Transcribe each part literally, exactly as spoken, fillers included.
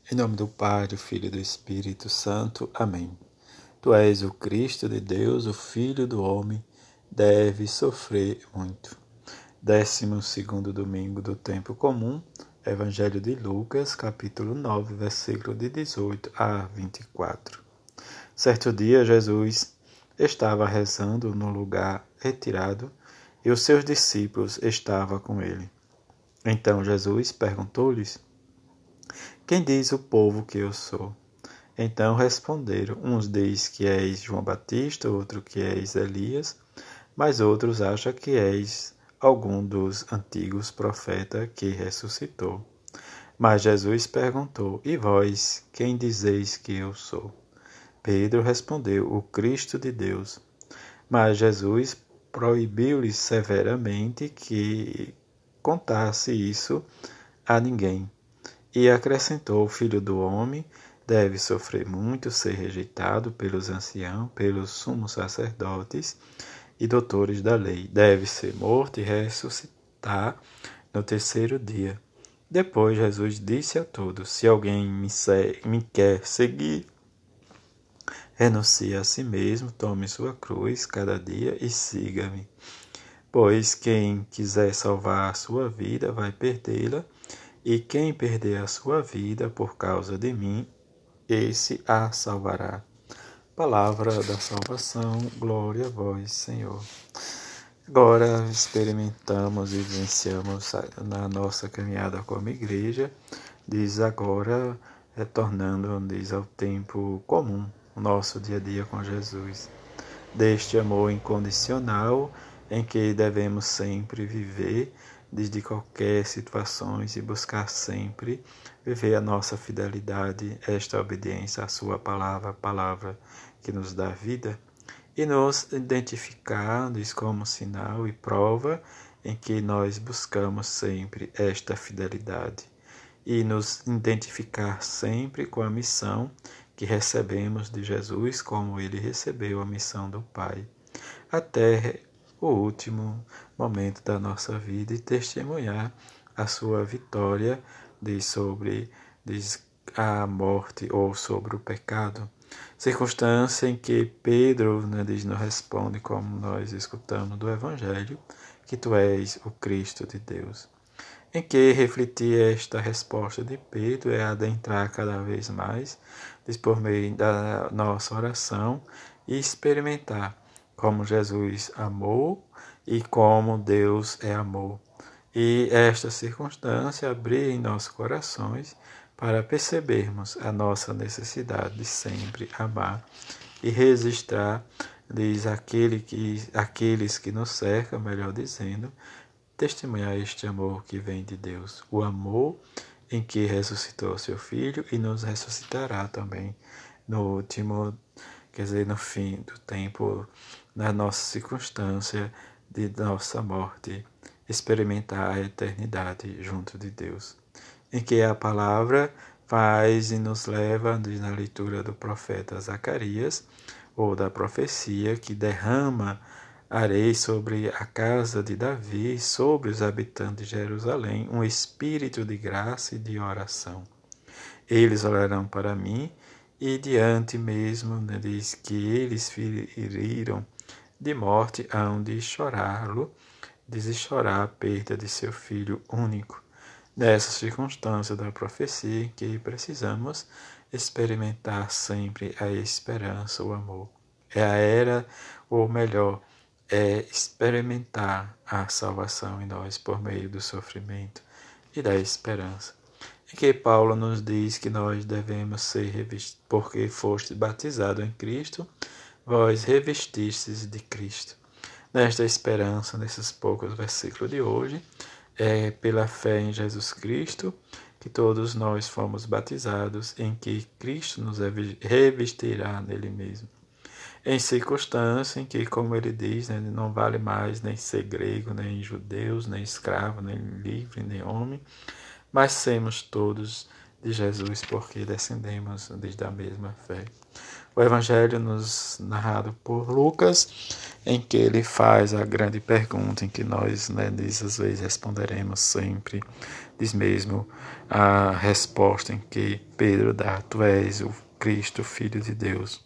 Em nome do Pai, do Filho e do Espírito Santo. Amém. Tu és o Cristo de Deus, o Filho do homem, deve sofrer muito. Décimo segundo domingo do tempo comum, Evangelho de Lucas, capítulo nove, versículo de dezoito a vinte e quatro. Certo dia, Jesus estava rezando num lugar retirado e os seus discípulos estavam com ele. Então Jesus perguntou-lhes: Quem diz o povo que eu sou? Então responderam: uns diz que és João Batista, outro que és Elias, mas outros acham que és algum dos antigos profetas que ressuscitou. Mas Jesus perguntou: E vós, quem dizeis que eu sou? Pedro respondeu: O Cristo de Deus. Mas Jesus proibiu-lhes severamente que contasse isso a ninguém. E acrescentou: O Filho do Homem deve sofrer muito, ser rejeitado pelos anciãos, pelos sumos sacerdotes e doutores da lei. Deve ser morto e ressuscitar no terceiro dia. Depois Jesus disse a todos: Se alguém me, me quer seguir, renuncie a si mesmo, tome sua cruz cada dia e siga-me. Pois quem quiser salvar a sua vida vai perdê-la, e quem perder a sua vida por causa de mim, esse a salvará. Palavra da salvação, glória a vós, Senhor. Agora experimentamos e vivenciamos na nossa caminhada como igreja, diz agora, retornando, diz ao tempo comum, o nosso dia a dia com Jesus. Deste amor incondicional em que devemos sempre viver, desde qualquer situação, e buscar sempre viver a nossa fidelidade, esta obediência à sua palavra, a palavra que nos dá vida, e nos identificar como sinal e prova em que nós buscamos sempre esta fidelidade, e nos identificar sempre com a missão que recebemos de Jesus, como ele recebeu a missão do Pai, até o último momento da nossa vida, e testemunhar a sua vitória de sobre de a morte ou sobre o pecado. Circunstância em que Pedro, né, diz, não responde, como nós escutamos do Evangelho, que tu és o Cristo de Deus. Em que refletir esta resposta de Pedro é adentrar cada vez mais, diz, por meio da nossa oração, e experimentar como Jesus amou e como Deus é amor. E esta circunstância abrir em nossos corações para percebermos a nossa necessidade de sempre amar e registrar, diz, aquele que, aqueles que nos cercam, melhor dizendo, testemunhar este amor que vem de Deus, o amor em que ressuscitou seu Filho e nos ressuscitará também no último, quer dizer, no fim do tempo, na nossa circunstância de nossa morte, experimentar a eternidade junto de Deus, em que a palavra faz e nos leva, diz, na leitura do profeta Zacarias, ou da profecia que derrama areia sobre a casa de Davi, sobre os habitantes de Jerusalém, um espírito de graça e de oração. Eles olharão para mim, e diante mesmo, né, diz que eles feriram de morte, hão de chorá-lo, diz, e chorar a perda de seu filho único. Nessa circunstância da profecia em que precisamos experimentar sempre a esperança, o amor. É a era, ou melhor, é experimentar a salvação em nós por meio do sofrimento e da esperança. Em que Paulo nos diz que nós devemos ser revestidos, porque foste batizado em Cristo, vós revestistes de Cristo. Nesta esperança, nesses poucos versículos de hoje, é pela fé em Jesus Cristo que todos nós fomos batizados, em que Cristo nos revestirá nele mesmo. Em circunstância em que, como ele diz, né, não vale mais nem ser grego, nem judeus, nem escravo, nem livre, nem homem, mas sermos todos, de Jesus, porque descendemos da mesma fé. O Evangelho nos narrado por Lucas, em que ele faz a grande pergunta, em que nós, né, diz, às vezes, responderemos sempre, diz mesmo a resposta em que Pedro dá: Tu és o Cristo, Filho de Deus.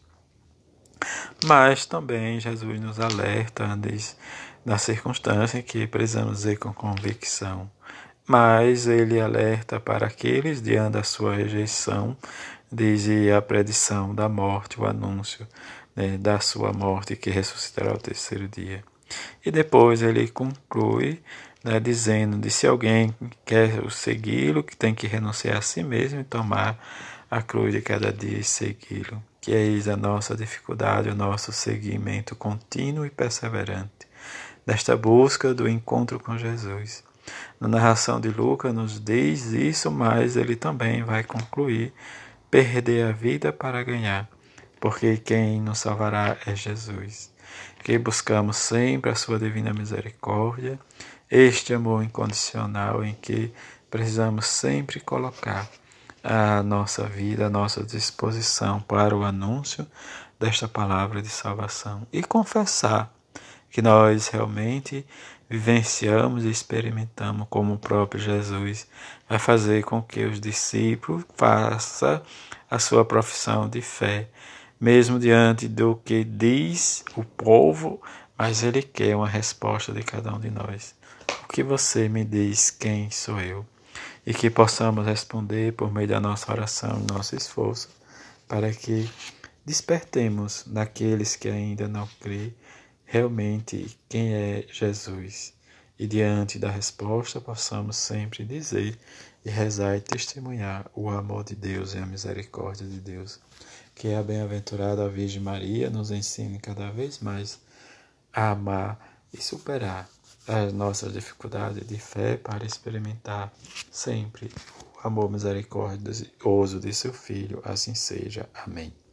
Mas também Jesus nos alerta, diz, na circunstância em que precisamos dizer com convicção. Mas ele alerta para aqueles diante da sua rejeição, diz a predição da morte, o anúncio, né, da sua morte, que ressuscitará ao terceiro dia. E depois ele conclui, né, dizendo de se alguém quer segui-lo, que tem que renunciar a si mesmo e tomar a cruz de cada dia e segui-lo. Que eis a nossa dificuldade, o nosso seguimento contínuo e perseverante, desta busca do encontro com Jesus. Na narração de Lucas nos diz isso, mas ele também vai concluir: perder a vida para ganhar, porque quem nos salvará é Jesus. Que buscamos sempre a sua divina misericórdia, este amor incondicional em que precisamos sempre colocar a nossa vida, a nossa disposição para o anúncio desta palavra de salvação e confessar que nós realmente vivenciamos e experimentamos, como o próprio Jesus vai fazer com que os discípulos façam a sua profissão de fé, mesmo diante do que diz o povo, mas ele quer uma resposta de cada um de nós. O que você me diz, quem sou eu? E que possamos responder por meio da nossa oração e nosso esforço, para que despertemos naqueles que ainda não crêem realmente quem é Jesus. E diante da resposta possamos sempre dizer e rezar e testemunhar o amor de Deus e a misericórdia de Deus. Que a bem-aventurada Virgem Maria nos ensine cada vez mais a amar e superar as nossas dificuldades de fé para experimentar sempre o amor misericordioso de seu Filho. Assim seja. Amém.